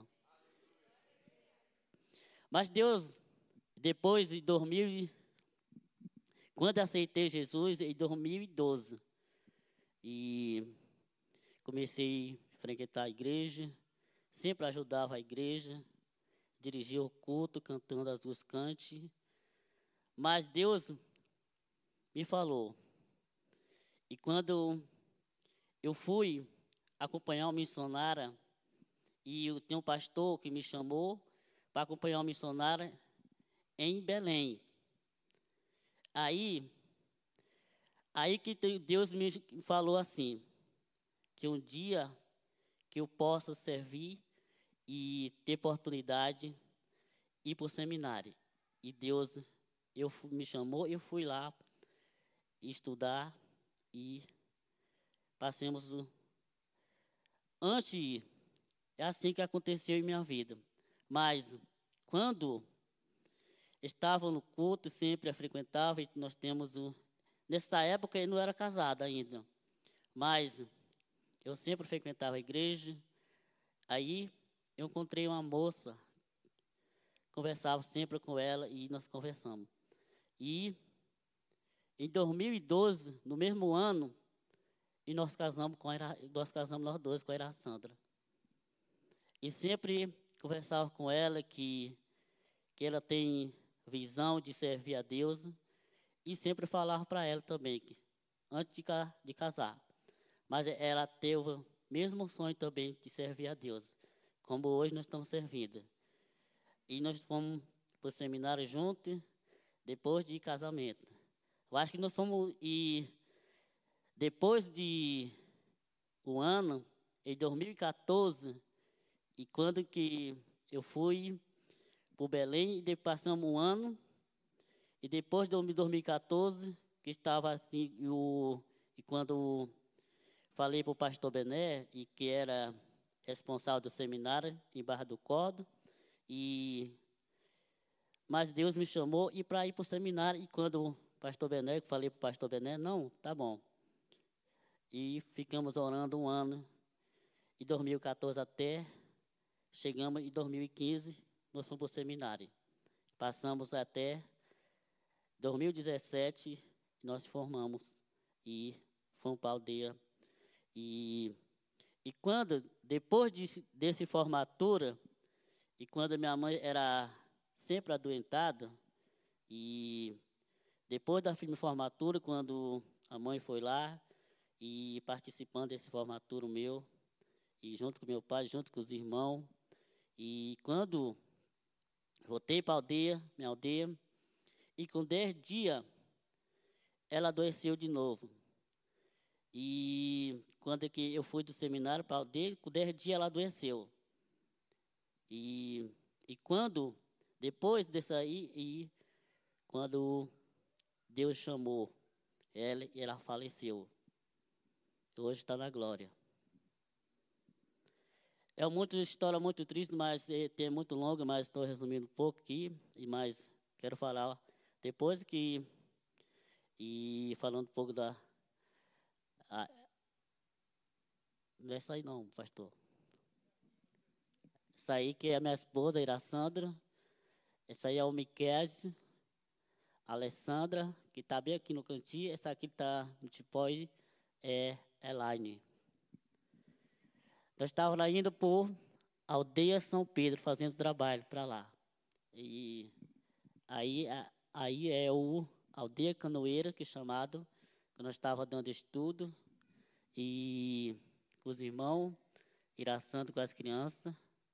Mas Deus, depois de dois mil, quando aceitei Jesus, em dois mil e doze, e comecei a frequentar a igreja, sempre ajudava a igreja, dirigir o culto, cantando as duas cantes. Mas Deus me falou. E quando eu fui acompanhar uma missionária, e eu tenho um pastor que me chamou para acompanhar uma missionária em Belém. Aí, aí que Deus me falou assim, que um dia que eu possa servir e ter oportunidade de ir para o seminário. E Deus eu, me chamou, eu fui lá estudar e passemos. O... Antes, é assim que aconteceu em minha vida. Mas, quando estava no culto, sempre a frequentava, e nós temos o... Nessa época, eu não era casada ainda, mas eu sempre frequentava a igreja. Aí, eu encontrei uma moça, conversava sempre com ela e nós conversamos. E, em dois mil e doze, no mesmo ano, e nós casamos, com a Ira... nós casamos nós dois com a Iracandra. E sempre conversava com ela que, que ela tem visão de servir a Deus. E sempre falava para ela também, que, antes de, de casar. Mas ela teve o mesmo sonho também de servir a Deus, como hoje nós estamos servindo. E nós fomos para o seminário juntos, depois de casamento. Eu acho que nós fomos, e depois de um ano, em dois mil e quatorze, e quando que eu fui para o Belém, e depois passamos um ano, e depois de dois mil e quatorze, que estava assim, o, e quando falei para o pastor Bené, e que era responsável do seminário em Barra do Cordo, e, mas Deus me chamou e para ir para o seminário, e quando o pastor Bené, que falei para o pastor Bené, não, tá bom. E ficamos orando um ano, em dois mil e quatorze até, chegamos em dois mil e quinze, nós fomos para o seminário. Passamos até dois mil e dezessete, nós formamos e fomos para a aldeia. E, e quando, depois de, desse formatura, e quando minha mãe era sempre adoentada, e depois da formatura, quando a mãe foi lá, e participando desse formatura meu, e junto com meu pai, junto com os irmãos, e quando voltei para a aldeia, minha aldeia, e com dez dias, ela adoeceu de novo. E quando que eu fui do seminário para a aldeia, com dez dias ela adoeceu. E, e quando, depois desse aí, e quando Deus chamou ela, ela faleceu. Hoje está na glória. É uma história muito triste, mas é, é muito longa, mas estou resumindo um pouco aqui, e mais quero falar depois que, e falando um pouco da, a, não é isso aí não, pastor. Isso aí que é a minha esposa, a Iracandra, essa aí é o Miquel, a Alessandra, que está bem aqui no cantinho, essa aqui está no tipóide, é Elaine. Nós estávamos lá indo por Aldeia São Pedro, fazendo trabalho para lá. E aí, a, aí é o Aldeia Canoeira, que é chamado, que nós estávamos dando estudo, e com os irmãos, Iracandra com as crianças.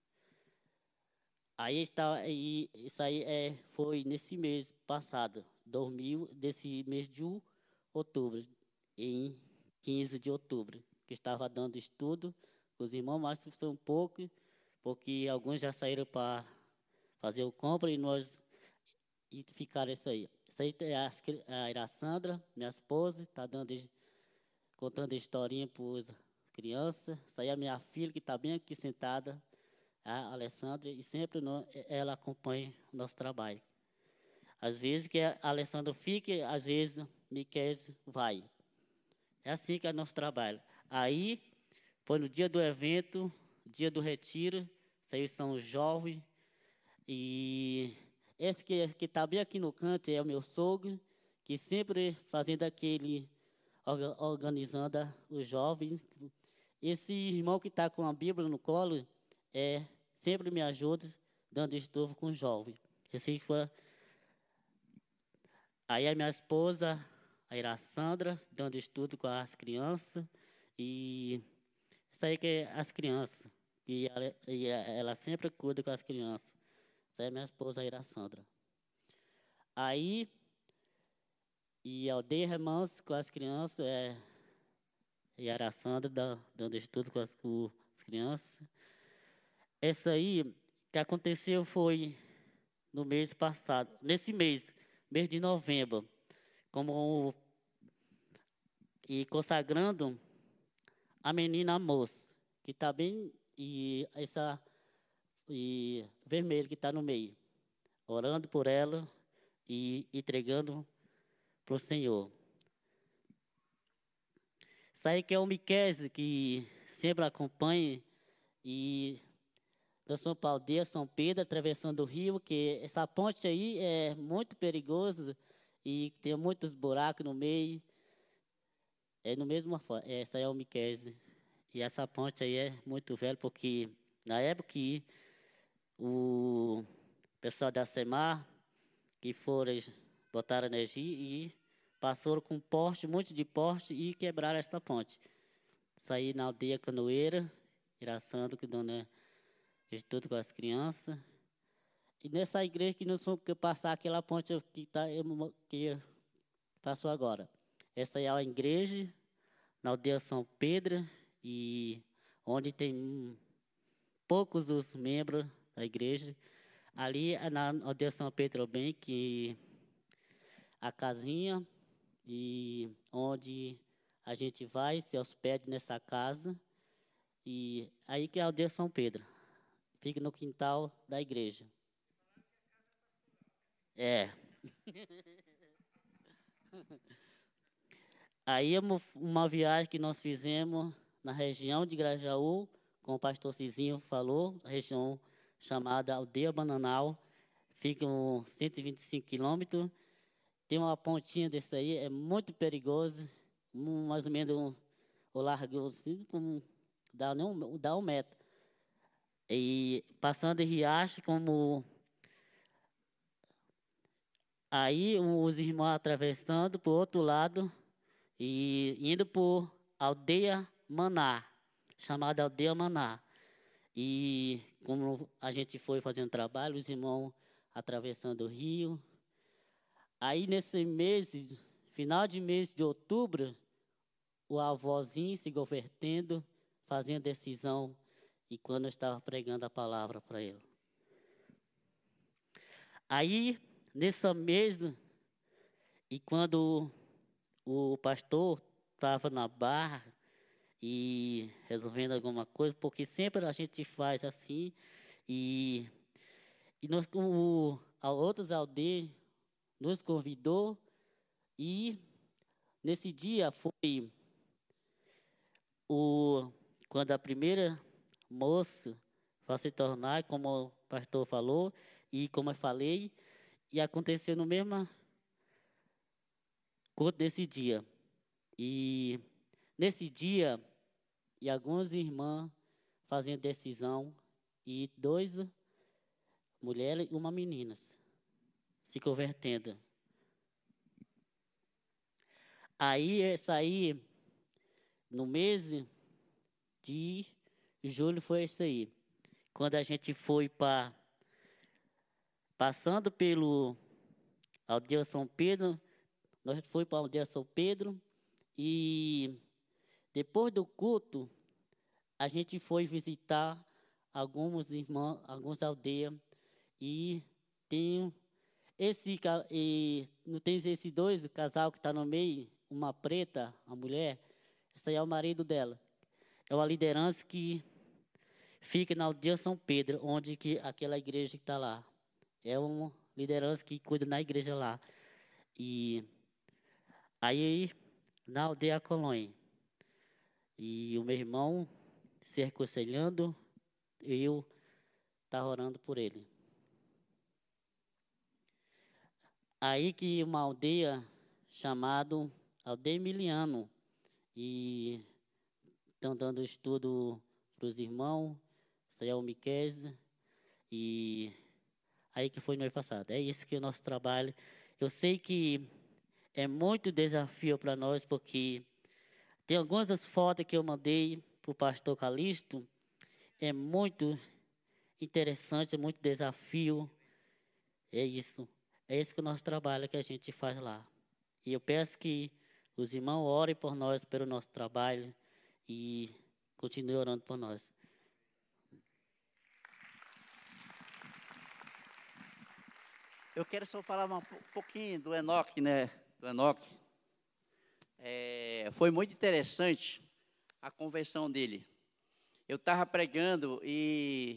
Aí está, e isso aí é, foi nesse mês passado, dois mil, desse mês de outubro, em quinze de outubro, que estava dando estudo com os irmãos, mas foi um pouco, porque alguns já saíram para fazer o compra e nós e ficaram isso aí. Isso aí é a, a Iracandra, minha esposa, está dando, contando a historinha para as crianças. Isso aí é a minha filha, que está bem aqui sentada, a Alessandra, e sempre no, ela acompanha o nosso trabalho. Às vezes que a Alessandra fica, às vezes Miquel vai. É assim que é o nosso trabalho. Aí, foi no dia do evento, dia do retiro, isso aí são os jovens, e esse que está bem aqui no canto é o meu sogro, que sempre fazendo aquele, organizando os jovens. Esse irmão que está com a Bíblia no colo, é, sempre me ajuda dando estudo com jovem. Esse foi. Aí a minha esposa, a Iracandra, dando estudo com as crianças. E isso aí que é as crianças. E ela, e ela sempre cuida com as crianças. Isso aí é minha esposa, a Iracandra. Aí, e a aldeia Remanso com as crianças, é, e a Iracandra da, dando estudo com as, com as crianças. Essa aí, que aconteceu foi no mês passado, nesse mês, mês de novembro, como e consagrando a menina a moça, que está bem, e essa e vermelho que está no meio, orando por ela e entregando para o Senhor. Isso aí que é o Miquésio, que sempre acompanha, e nós somos para a aldeia São Pedro, atravessando o rio, que essa ponte aí é muito perigosa e tem muitos buracos no meio. É no mesmo, essa aí é o Miquésio. E essa ponte aí é muito velha, porque na época que o pessoal da SEMAR, que foram, botaram energia e passaram com poste, um monte de poste e quebraram essa ponte. Isso aí na aldeia Canoeira, Iraçando, que dona estudo com as crianças. E nessa igreja que nós vamos passar aquela ponte que, tá, que passou agora. Essa aí é a igreja, na aldeia São Pedro, e onde tem poucos os membros da igreja. Ali na aldeia São Pedro bem, que a casinha, e onde a gente vai, se hospede nessa casa, e aí que é a aldeia São Pedro. Fica no quintal da igreja. É. Aí uma viagem que nós fizemos na região de Grajaú, como o pastor Cizinho falou, a região chamada Aldeia Bananal, fica uns cento e vinte e cinco quilômetros. Tem uma pontinha desse aí, é muito perigoso, um, mais ou menos um, o largo assim, como dá, nem um, dá um metro. E passando em Riacho, como aí os irmãos atravessando para o outro lado e indo por Aldeia Maná, chamada Aldeia Maná. E como a gente foi fazendo trabalho, os irmãos atravessando o rio. Aí nesse mês, final de mês de outubro, o avózinho se convertendo, fazendo decisão, e quando eu estava pregando a palavra para ele. Aí, nessa mesa, e quando o pastor estava na barra e resolvendo alguma coisa, porque sempre a gente faz assim, e, e nós, o, a outras aldeias nos convidou, e nesse dia foi o, quando a primeira moça vai se tornar, como o pastor falou, e como eu falei, e aconteceu no mesmo culto desse dia. E nesse dia, e algumas irmãs fazendo decisão, e dois mulheres e uma menina se convertendo. Aí, essa aí, no mês de julho foi isso aí. Quando a gente foi para, passando pelo Aldeia São Pedro, nós fomos para a Aldeia São Pedro, e depois do culto, a gente foi visitar alguns irmãos, algumas aldeias, e tem esse, e não tem esses dois, o casal que está no meio, uma preta, a mulher, esse aí é o marido dela. É uma liderança que fica na aldeia São Pedro, onde que aquela igreja que está lá. É uma liderança que cuida na igreja lá. E aí, na aldeia Colônia. E o meu irmão se aconselhando, eu estava orando por ele. Aí que uma aldeia chamada Aldeia Emiliano, e estão dando estudo para os irmãos, isso aí é o Miquésio, e aí que foi noiva passada. É isso que é o nosso trabalho. Eu sei que é muito desafio para nós, porque tem algumas das fotos que eu mandei para o pastor Calixto, é muito interessante, é muito desafio. É isso. É isso que o nosso trabalho que a gente faz lá. E eu peço que os irmãos orem por nós, pelo nosso trabalho, e continuem orando por nós. Eu quero só falar um pouquinho do Enoque, né? Do Enoque. É, foi muito interessante a conversão dele. Eu estava pregando e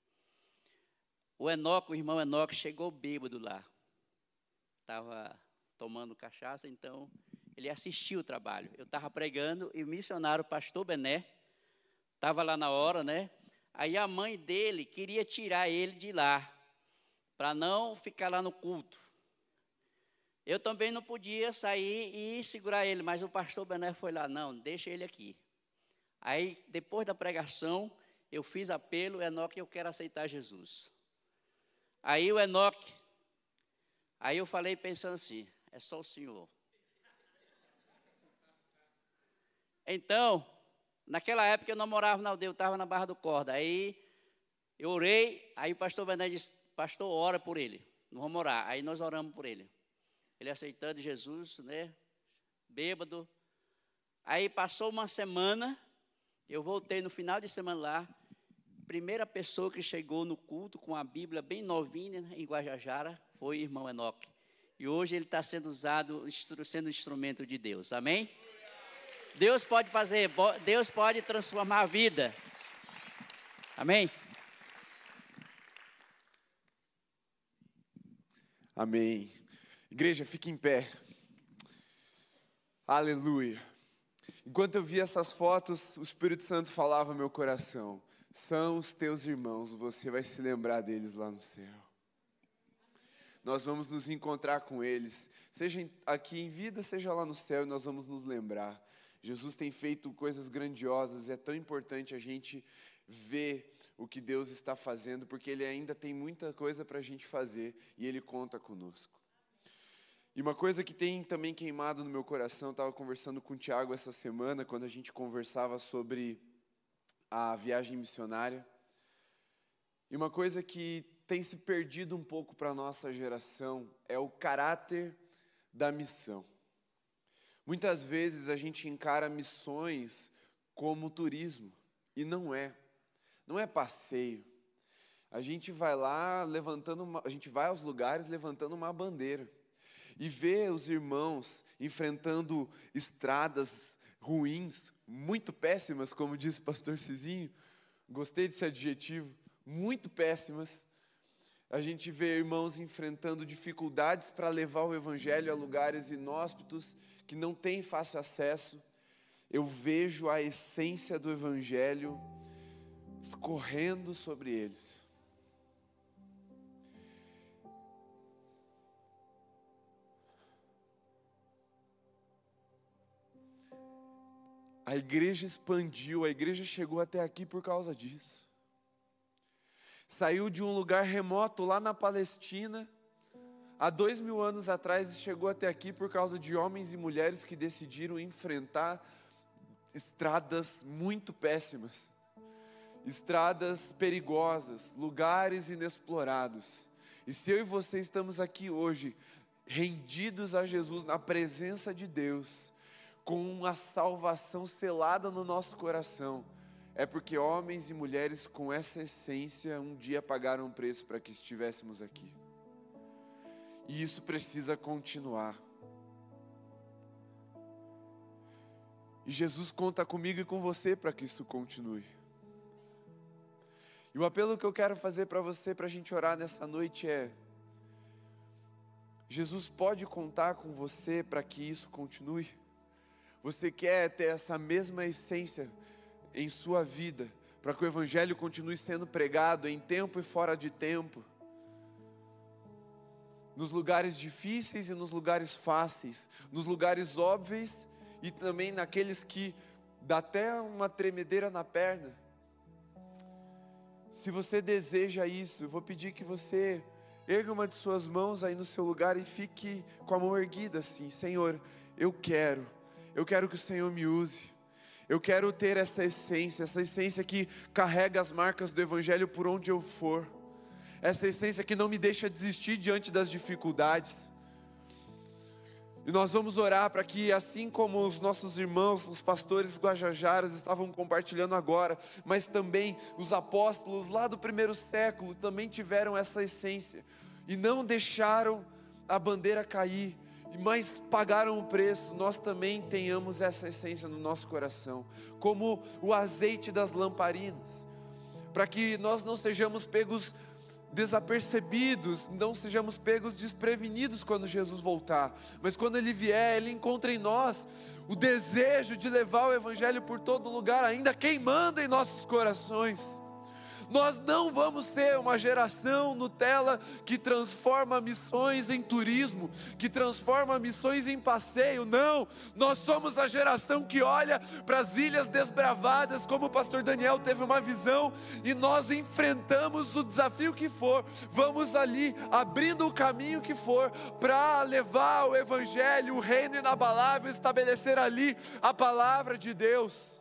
o Enoque, o irmão Enoque, chegou bêbado lá. Estava tomando cachaça, então ele assistiu o trabalho. Eu estava pregando e o missionário, o pastor Bené, estava lá na hora, né? Aí a mãe dele queria tirar ele de lá, para não ficar lá no culto. Eu também não podia sair e segurar ele, mas o pastor Bené foi lá, não, deixa ele aqui. Aí, depois da pregação, eu fiz apelo, Enoque, eu quero aceitar Jesus. Aí o Enoque, aí eu falei pensando assim, é só o Senhor. Então, naquela época eu não morava na aldeia, eu estava na Barra do Corda. Aí eu orei, aí o pastor Bené disse, pastor, ora por ele, não vamos orar. Aí nós oramos por ele. Ele aceitando Jesus, né, bêbado. Aí passou uma semana, eu voltei no final de semana lá, primeira pessoa que chegou no culto com a Bíblia bem novinha em Guajajara foi o irmão Enoque. E hoje ele está sendo usado, sendo instrumento de Deus, amém? Deus pode fazer, Deus pode transformar a vida, amém? Amém. Igreja, fique em pé. Aleluia. Enquanto eu via essas fotos, o Espírito Santo falava ao meu coração, são os teus irmãos, você vai se lembrar deles lá no céu. Nós vamos nos encontrar com eles, seja aqui em vida, seja lá no céu, e nós vamos nos lembrar. Jesus tem feito coisas grandiosas, e é tão importante a gente ver o que Deus está fazendo, porque Ele ainda tem muita coisa para a gente fazer, e Ele conta conosco. E uma coisa que tem também queimado no meu coração, eu estava conversando com o Tiago essa semana, quando a gente conversava sobre a viagem missionária. E uma coisa que tem se perdido um pouco para a nossa geração é o caráter da missão. Muitas vezes a gente encara missões como turismo, e não é. Não é passeio. A gente vai lá levantando, uma, a gente vai aos lugares levantando uma bandeira. E ver os irmãos enfrentando estradas ruins, muito péssimas, como disse o pastor Cizinho, gostei desse adjetivo, muito péssimas. A gente vê irmãos enfrentando dificuldades para levar o evangelho a lugares inóspitos, que não têm fácil acesso. Eu vejo a essência do evangelho escorrendo sobre eles. A igreja expandiu, a igreja chegou até aqui por causa disso. Saiu de um lugar remoto lá na Palestina, há dois mil anos atrás, e chegou até aqui por causa de homens e mulheres que decidiram enfrentar estradas muito péssimas, estradas perigosas, lugares inexplorados. E se eu e você estamos aqui hoje, rendidos a Jesus, na presença de Deus, com a salvação selada no nosso coração, é porque homens e mulheres com essa essência um dia pagaram um preço para que estivéssemos aqui. E isso precisa continuar. E Jesus conta comigo e com você para que isso continue. E o apelo que eu quero fazer para você, para a gente orar nessa noite é: Jesus pode contar com você para que isso continue? Você quer ter essa mesma essência em sua vida, para que o evangelho continue sendo pregado em tempo e fora de tempo, nos lugares difíceis e nos lugares fáceis, nos lugares óbvios e também naqueles que dá até uma tremedeira na perna? Se você deseja isso, eu vou pedir que você erga uma de suas mãos aí no seu lugar e fique com a mão erguida assim: Senhor, eu quero, eu quero que o Senhor me use. Eu quero ter essa essência, essa essência que carrega as marcas do Evangelho por onde eu for. Essa essência que não me deixa desistir diante das dificuldades. E nós vamos orar para que, assim como os nossos irmãos, os pastores guajajaras estavam compartilhando agora, mas também os apóstolos lá do primeiro século também tiveram essa essência. E não deixaram a bandeira cair, mas pagaram o preço. Nós também tenhamos essa essência no nosso coração, como o azeite das lamparinas, para que nós não sejamos pegos desapercebidos, não sejamos pegos desprevenidos quando Jesus voltar, mas quando Ele vier, Ele encontra em nós o desejo de levar o Evangelho por todo lugar, ainda queimando em nossos corações. Nós não vamos ser uma geração Nutella que transforma missões em turismo, que transforma missões em passeio. Não, nós somos a geração que olha para as ilhas desbravadas, como o pastor Daniel teve uma visão, e nós enfrentamos o desafio que for, vamos ali abrindo o caminho que for, para levar o Evangelho, o reino inabalável, estabelecer ali a palavra de Deus,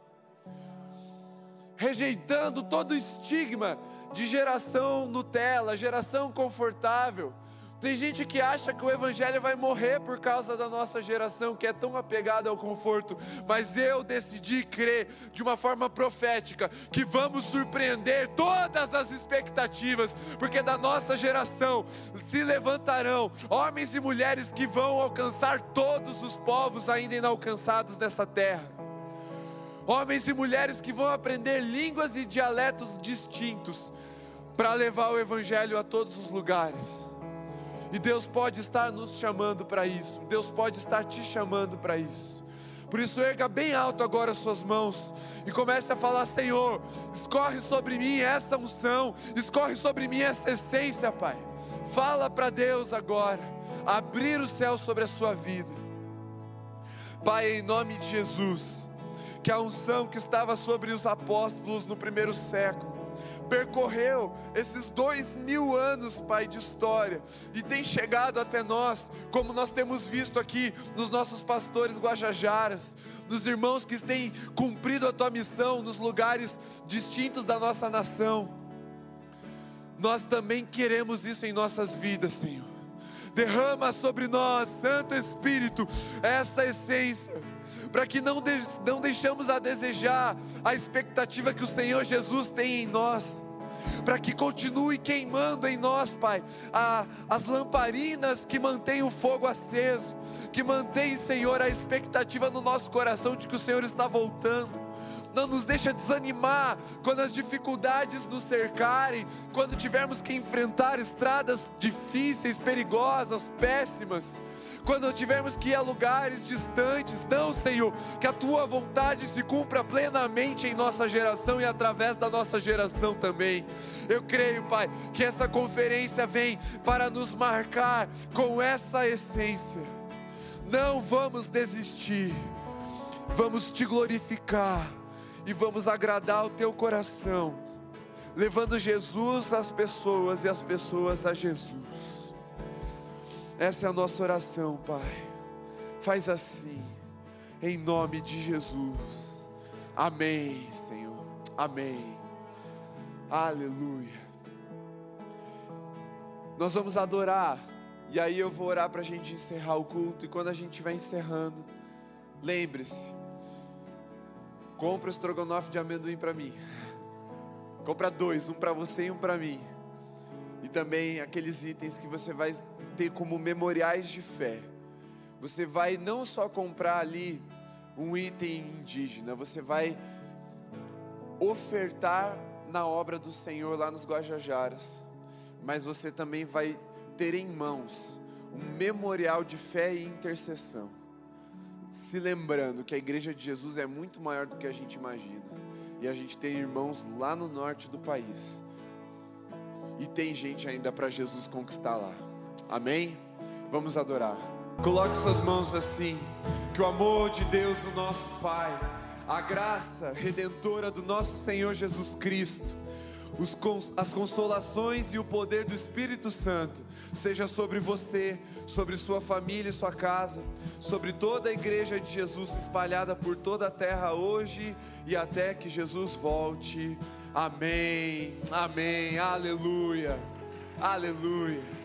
rejeitando todo o estigma de geração Nutella, geração confortável. Tem gente que acha que o Evangelho vai morrer por causa da nossa geração, que é tão apegada ao conforto, mas eu decidi crer de uma forma profética, que vamos surpreender todas as expectativas, porque da nossa geração se levantarão homens e mulheres que vão alcançar todos os povos ainda inalcançados nessa terra. Homens e mulheres que vão aprender línguas e dialetos distintos para levar o Evangelho a todos os lugares. E Deus pode estar nos chamando para isso. Deus pode estar te chamando para isso. Por isso, erga bem alto agora as suas mãos e comece a falar: Senhor, escorre sobre mim essa unção, escorre sobre mim essa essência, Pai. Fala para Deus agora, abrir o céu sobre a sua vida. Pai, em nome de Jesus, que a unção que estava sobre os apóstolos no primeiro século percorreu esses dois mil anos, Pai, de história, e tem chegado até nós, como nós temos visto aqui nos nossos pastores guajajaras, nos irmãos que têm cumprido a Tua missão nos lugares distintos da nossa nação. Nós também queremos isso em nossas vidas, Senhor. Derrama sobre nós, Santo Espírito, essa essência, para que não, de, não deixamos a desejar a expectativa que o Senhor Jesus tem em nós, para que continue queimando em nós, Pai, a, as lamparinas que mantêm o fogo aceso, que mantém, Senhor, a expectativa no nosso coração de que o Senhor está voltando. Não nos deixa desanimar quando as dificuldades nos cercarem, quando tivermos que enfrentar estradas difíceis, perigosas, péssimas, quando tivermos que ir a lugares distantes. Não, Senhor, que a Tua vontade se cumpra plenamente em nossa geração e através da nossa geração também. Eu creio, Pai, que essa conferência vem para nos marcar com essa essência. Não vamos desistir, vamos Te glorificar e vamos agradar o Teu coração, levando Jesus às pessoas e as pessoas a Jesus. Essa é a nossa oração, Pai. Faz assim, em nome de Jesus. Amém, Senhor. Amém. Aleluia. Nós vamos adorar, e aí eu vou orar para a gente encerrar o culto. E quando a gente estiver encerrando, lembre-se, compra o estrogonofe de amendoim para mim. Compra dois, um para você e um para mim. E também aqueles itens que você vai ter como memoriais de fé. Você vai não só comprar ali um item indígena, você vai ofertar na obra do Senhor lá nos Guajajaras, mas você também vai ter em mãos um memorial de fé e intercessão, se lembrando que a igreja de Jesus é muito maior do que a gente imagina, e a gente tem irmãos lá no norte do país, e tem gente ainda para Jesus conquistar lá. Amém? Vamos adorar. Coloque suas mãos assim. Que o amor de Deus, o nosso Pai, a graça redentora do nosso Senhor Jesus Cristo, Os cons- as consolações e o poder do Espírito Santo seja sobre você, sobre sua família e sua casa, sobre toda a igreja de Jesus espalhada por toda a terra hoje e até que Jesus volte. Amém, amém, aleluia, aleluia.